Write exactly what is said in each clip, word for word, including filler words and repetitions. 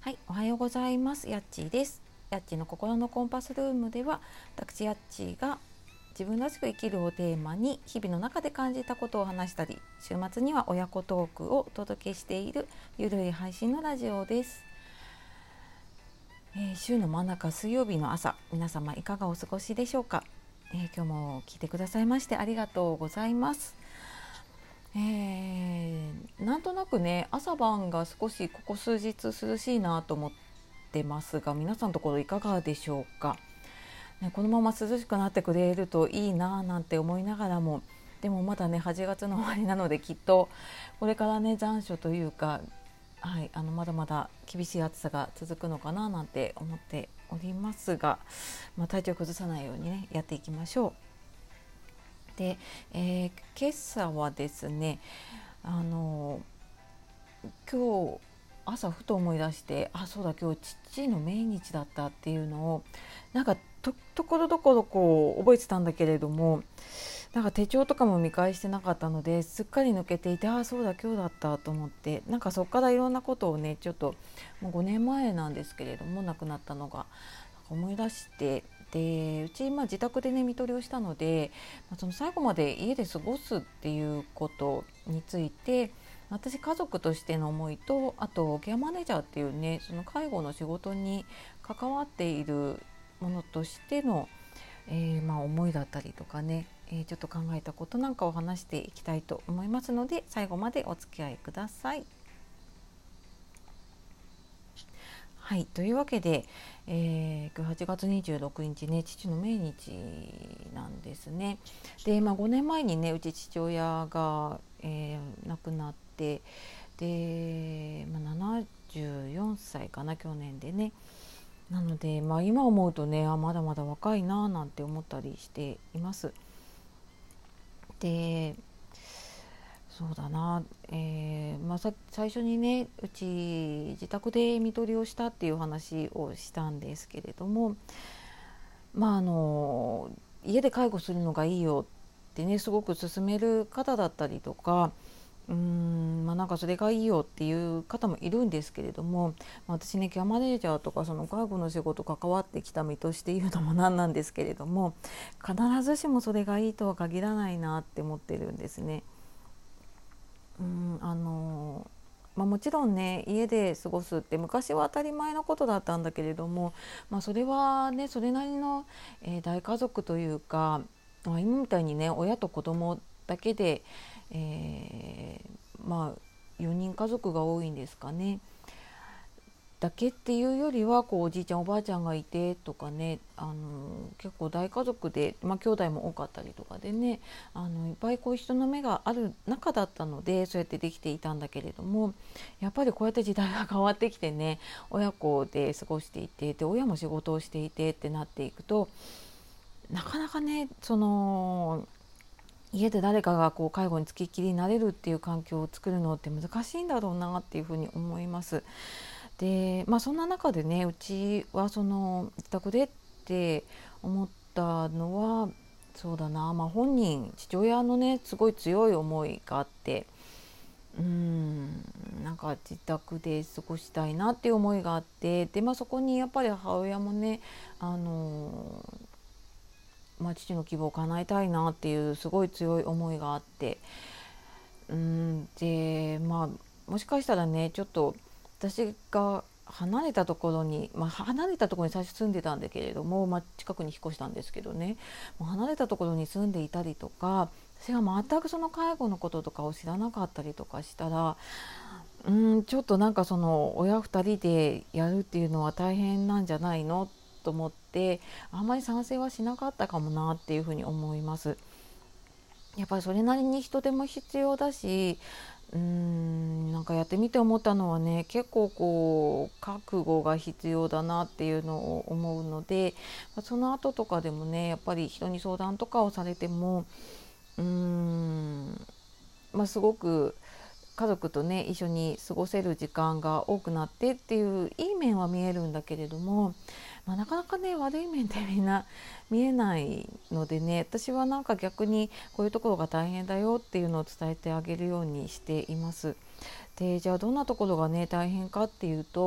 はい、おはようございます。やっちーです。やっちーの心のコンパスルームでは、私やっちーが自分らしく生きるをテーマに日々の中で感じたことを話したり、週末には親子トークをお届けしているゆるい配信のラジオです。えー、週の真ん中水曜日の朝、皆様いかがお過ごしでしょうか。えー、今日も聞いてくださいましてありがとうございます。えー、なんとなくね、朝晩が少しここ数日涼しいなと思ってますが、皆さんのところいかがでしょうか、ね、このまま涼しくなってくれるといいななんて思いながらも、でもまだねはちがつの終わりなので、きっとこれからね残暑というか、はい、あのまだまだ厳しい暑さが続くのかななんて思っておりますが、まあ、体調崩さないようにねやっていきましょう。で、えー、今朝はですね、あの今日朝ふと思い出して、あ、そうだ、今日父の命日だったっていうのをなんかとところどころこう覚えてたんだけれども、なんか手帳とかも見返してなかったのですっかり抜けていて、あ、そうだ今日だったと思って、なんかそこからいろんなことをねちょっともうごねんまえなんですけれども、亡くなったのが思い出して、でうち、まあ、自宅でね看取りをしたので、まあ、その最後まで家で過ごすっていうことについて、私家族としての思いと、あとケアマネージャーっていうねその介護の仕事に関わっているものとしての、えーまあ、思いだったりとかね、えーちょっと考えたことなんかを話していきたいと思いますので、最後までお付き合いください。はい、というわけで、えー、今日はちがつにじゅうろくにちね、父の命日なんですね。で、まあ、ごねんまえにねうち父親が、えー亡くなって、で、まあ、ななじゅうよんさいかな、去年でね。なので、まあ、今思うとね、あ、まだまだ若いななんて思ったりしています。で、そうだな、えーまあ、さ最初にねうち自宅で看取りをしたっていう話をしたんですけれども、まああの家で介護するのがいいよってねすごく勧める方だったりとか、うーん、まあ、なんかそれがいいよっていう方もいるんですけれども、まあ私ねケアマネージャーとかその介護の仕事関わってきた身として言うのもなんなんですけれども、必ずしもそれがいいとは限らないなって思ってるんですね。うん、あのまあ、もちろんね家で過ごすって昔は当たり前のことだったんだけれども、まあ、それはねそれなりの、えー大家族というか、まあ、今みたいにね親と子供だけで、えーまあよにん家族が多いんですかね。だけっていうよりはこうおじいちゃんおばあちゃんがいてとかね、あの結構大家族で、まあ、兄弟も多かったりとかでね、あのいっぱいこう人の目がある中だったのでそうやってできていたんだけれども、やっぱりこうやって時代が変わってきてね、親子で過ごしていて、で親も仕事をしていてってなっていくと、なかなかねその家で誰かがこう介護につきっきりになれるっていう環境を作るのって難しいんだろうなっていうふうに思います。で、まあ、そんな中でねうちはその自宅でって思ったのは、そうだな、まあ、本人父親のねすごい強い思いがあって、うーんなんか自宅で過ごしたいなっていう思いがあって、で、まあ、そこにやっぱり母親もね、あのまあ、父の希望を叶えたいなっていうすごい強い思いがあって、うーんで、まあ、もしかしたらねちょっと私が離れたところに、まあ、離れたところに最初住んでたんだけれども、まあ、近くに引っ越したんですけどね、もう離れたところに住んでいたりとか、私が全くその介護のこととかを知らなかったりとかしたら、うーんちょっとなんかその親ふたりでやるっていうのは大変なんじゃないのと思って、あんまり賛成はしなかったかもなっていうふうに思います。やっぱりそれなりに人手も必要だし、うーんなんかやってみて思ったのはね、結構こう覚悟が必要だなっていうのを思うので、その後とかでもねやっぱり人に相談とかをされても、うーんまあ、すごく家族とね一緒に過ごせる時間が多くなってっていういい面は見えるんだけれども、まあ、なかなかね悪い面ってみんな見えないのでね、私はなんか逆にこういうところが大変だよっていうのを伝えてあげるようにしています。で、じゃあどんなところがね大変かっていうと、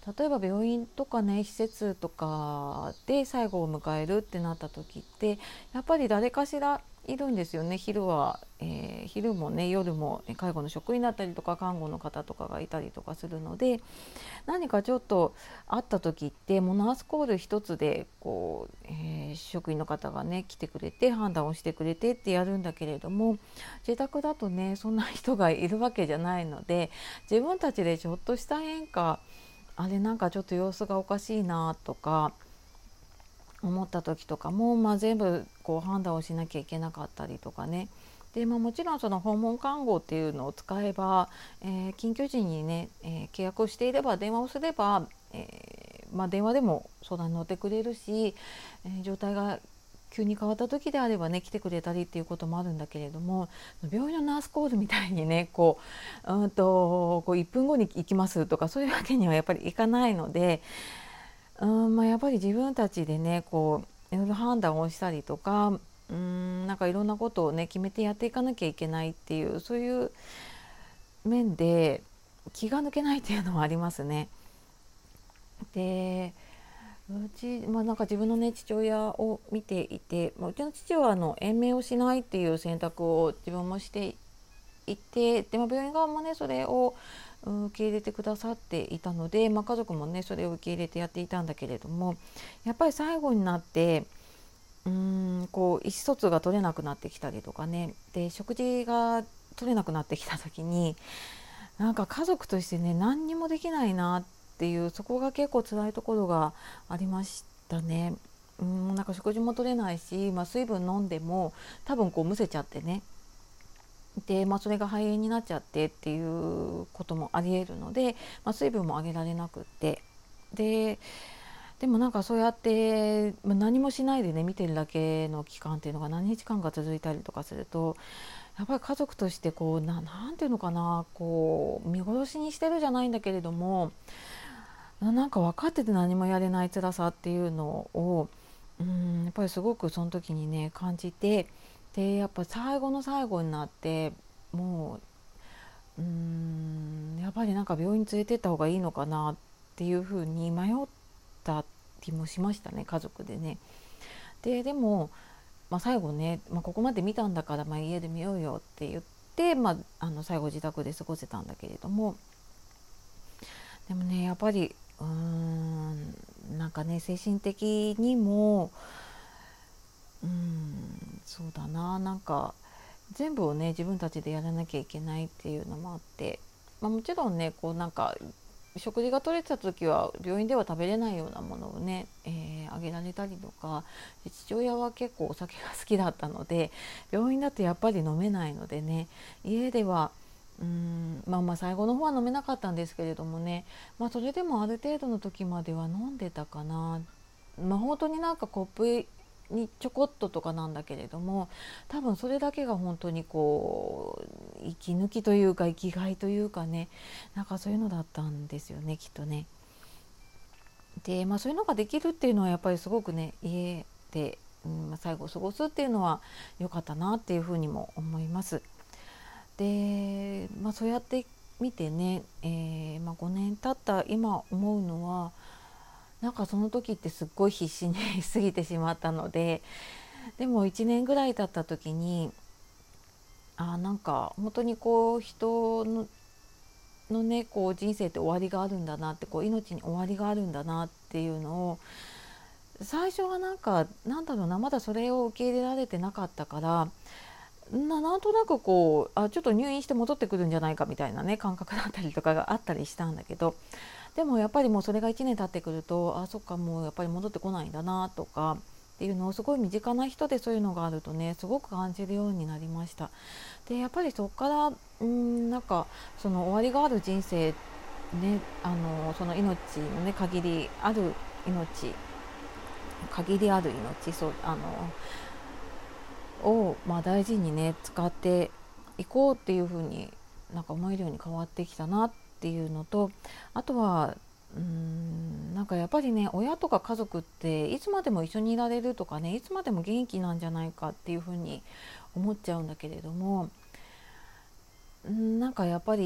例えば病院とかね施設とかで最後を迎えるってなった時ってやっぱり誰かしらいるんですよね。昼は、えー、昼もね夜も介護の職員だったりとか看護の方とかがいたりとかするので、何かちょっとあった時ってもうナースコール一つでこう、えー職員の方がね来てくれて判断をしてくれてってやるんだけれども、自宅だとねそんな人がいるわけじゃないので、自分たちでちょっとした変化、あれなんかちょっと様子がおかしいなとか思った時とかも、まあ、全部こう判断をしなきゃいけなかったりとかね。で、まあ、もちろんその訪問看護っていうのを使えば、えー緊急時にね、えー契約をしていれば電話をすれば、えーまあ、電話でも相談に乗ってくれるし、えー状態が急に変わった時であればね来てくれたりっていうこともあるんだけれども、病院のナースコールみたいにねこう、うんとこういっぷんごに行きますとかそういうわけにはやっぱりいかないので、うんまあ、やっぱり自分たちでねこういろいろ判断をしたりとか、うんなんかいろんなことをね決めてやっていかなきゃいけないっていう、そういう面で気が抜けないっていうのはありますね。でうち、まあ、なんか自分のね父親を見ていて、まあ、うちの父はあの延命をしないっていう選択を自分もしていて、で、まあ、病院側もねそれをうん受け入れてくださっていたので、まあ、家族もねそれを受け入れてやっていたんだけれども、やっぱり最後になってうーんこう意思疎通が取れなくなってきたりとかね、で食事が取れなくなってきた時になんか家族としてね何にもできないなっていう、そこが結構辛いところがありましたね。うんなんか食事も取れないし、まあ、水分飲んでも多分こうむせちゃってね、で、まあ、それが肺炎になっちゃってっていうこともありえるので、まあ、水分もあげられなくって、ででもなんかそうやって、まあ、何もしないでね見てるだけの期間っていうのが何日間か続いたりとかすると、やっぱり家族としてこう な, なんていうのかな、こう見殺しにしてるじゃないんだけれども、ななんか分かってて何もやれない辛さっていうのをうんやっぱりすごくその時にね感じて、でやっぱ最後の最後になってもううーんやっぱりなんか病院に連れてった方がいいのかなっていうふうに迷ったりもしましたね、家族でね。ででも、まあ、最後ね、まあ、ここまで見たんだから、まあ、家で見ようよって言って、まあ、あの最後自宅で過ごせたんだけれども、でもねやっぱりうーんなんかね精神的にもうーんそうだな、なんか全部をね自分たちでやらなきゃいけないっていうのもあって、まあ、もちろんねこうなんか食事が取れてた時は病院では食べれないようなものをね、えーあげられたりとか、父親は結構お酒が好きだったので病院だとやっぱり飲めないのでね、家ではうーんまあまあ最後の方は飲めなかったんですけれどもね、まあ、それでもある程度の時までは飲んでたかな。まあ、本当になんかコップにちょこっととかなんだけれども、多分それだけが本当にこう息抜きというか生きがいというかね、なんかそういうのだったんですよねきっとね。で、まあ、そういうのができるっていうのはやっぱりすごくね家で、うんまあ、最後を過ごすっていうのは良かったなっていうふうにも思います。で、まあ、そうやって見てね、えーまあ、ごねん経った今思うのは、なんかその時ってすっごい必死に過ぎてしまったので、でもいちねんぐらい経った時にあなんか本当にこう人ののねこう人生って終わりがあるんだなって、こう命に終わりがあるんだなっていうのを、最初はなんかなんだろうな、まだそれを受け入れられてなかったからな、なんとなくこうあちょっと入院して戻ってくるんじゃないかみたいなね感覚だったりとかがあったりしたんだけど、でもやっぱりもうそれがいちねん経ってくると、あそっかもうやっぱり戻ってこないんだなとかっていうのをすごい身近な人でそういうのがあるとねすごく感じるようになりました。でやっぱりそこからうーんなんかその終わりがある人生ね、あのその命のね限りある命限りある命そうあのを、まあ、大事にね使っていこうっていう風になんか思えるように変わってきたなっていうのと、あとはうーんなんかやっぱりね親とか家族っていつまでも一緒にいられるとかね、いつまでも元気なんじゃないかっていう風に思っちゃうんだけれども、うんなんかやっぱり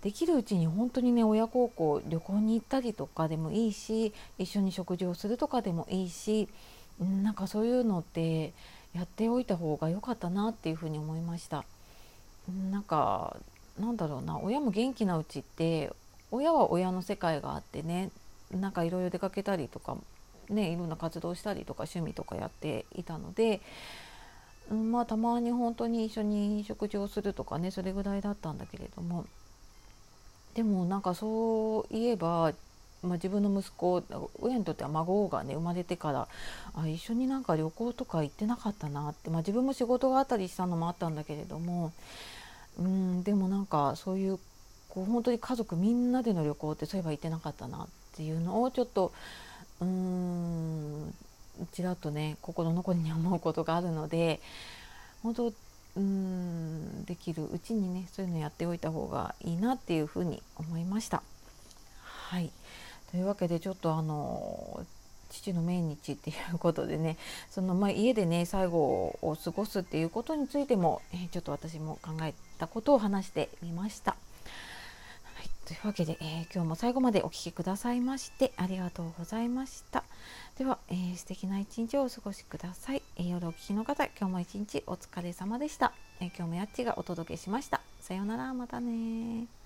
できるうちに本当にね、親孝行、旅行に行ったりとかでもいいし、一緒に食事をするとかでもいいし、うん、なんかそういうのってやっておいた方が良かったなっていうふうに思いました。うん、なんかなんだろうな、親も元気なうちって親は親の世界があってね、なんかいろいろ出かけたりとかね、いろんな活動したりとか趣味とかやっていたので、うん、まあたまに本当に一緒に食事をするとかね、それぐらいだったんだけれども、でもなんかそういえば、まあ、自分の息子、親にとっては孫がね生まれてから、あ、一緒になんか旅行とか行ってなかったなって、まあ、自分も仕事があったりしたのもあったんだけれども、うん、でもなんかそういう、こう本当に家族みんなでの旅行ってそういえば行ってなかったなっていうのをちょっと、うーんちらっとね心残りに思うことがあるので、本当、うーんできるうちにねそういうのやっておいた方がいいなっていうふうに思いました。はい、というわけで、ちょっとあの父の命日っていうことでね、そのまあ家でね最後を過ごすっていうことについても、えーちょっと私も考えたことを話してみました。はい、というわけで、えー今日も最後までお聞きくださいましてありがとうございました。では、えー素敵な一日をお過ごしください。えー夜お聞きの方、今日も一日お疲れ様でした。えー今日もやっちがお届けしました。さようなら、またね。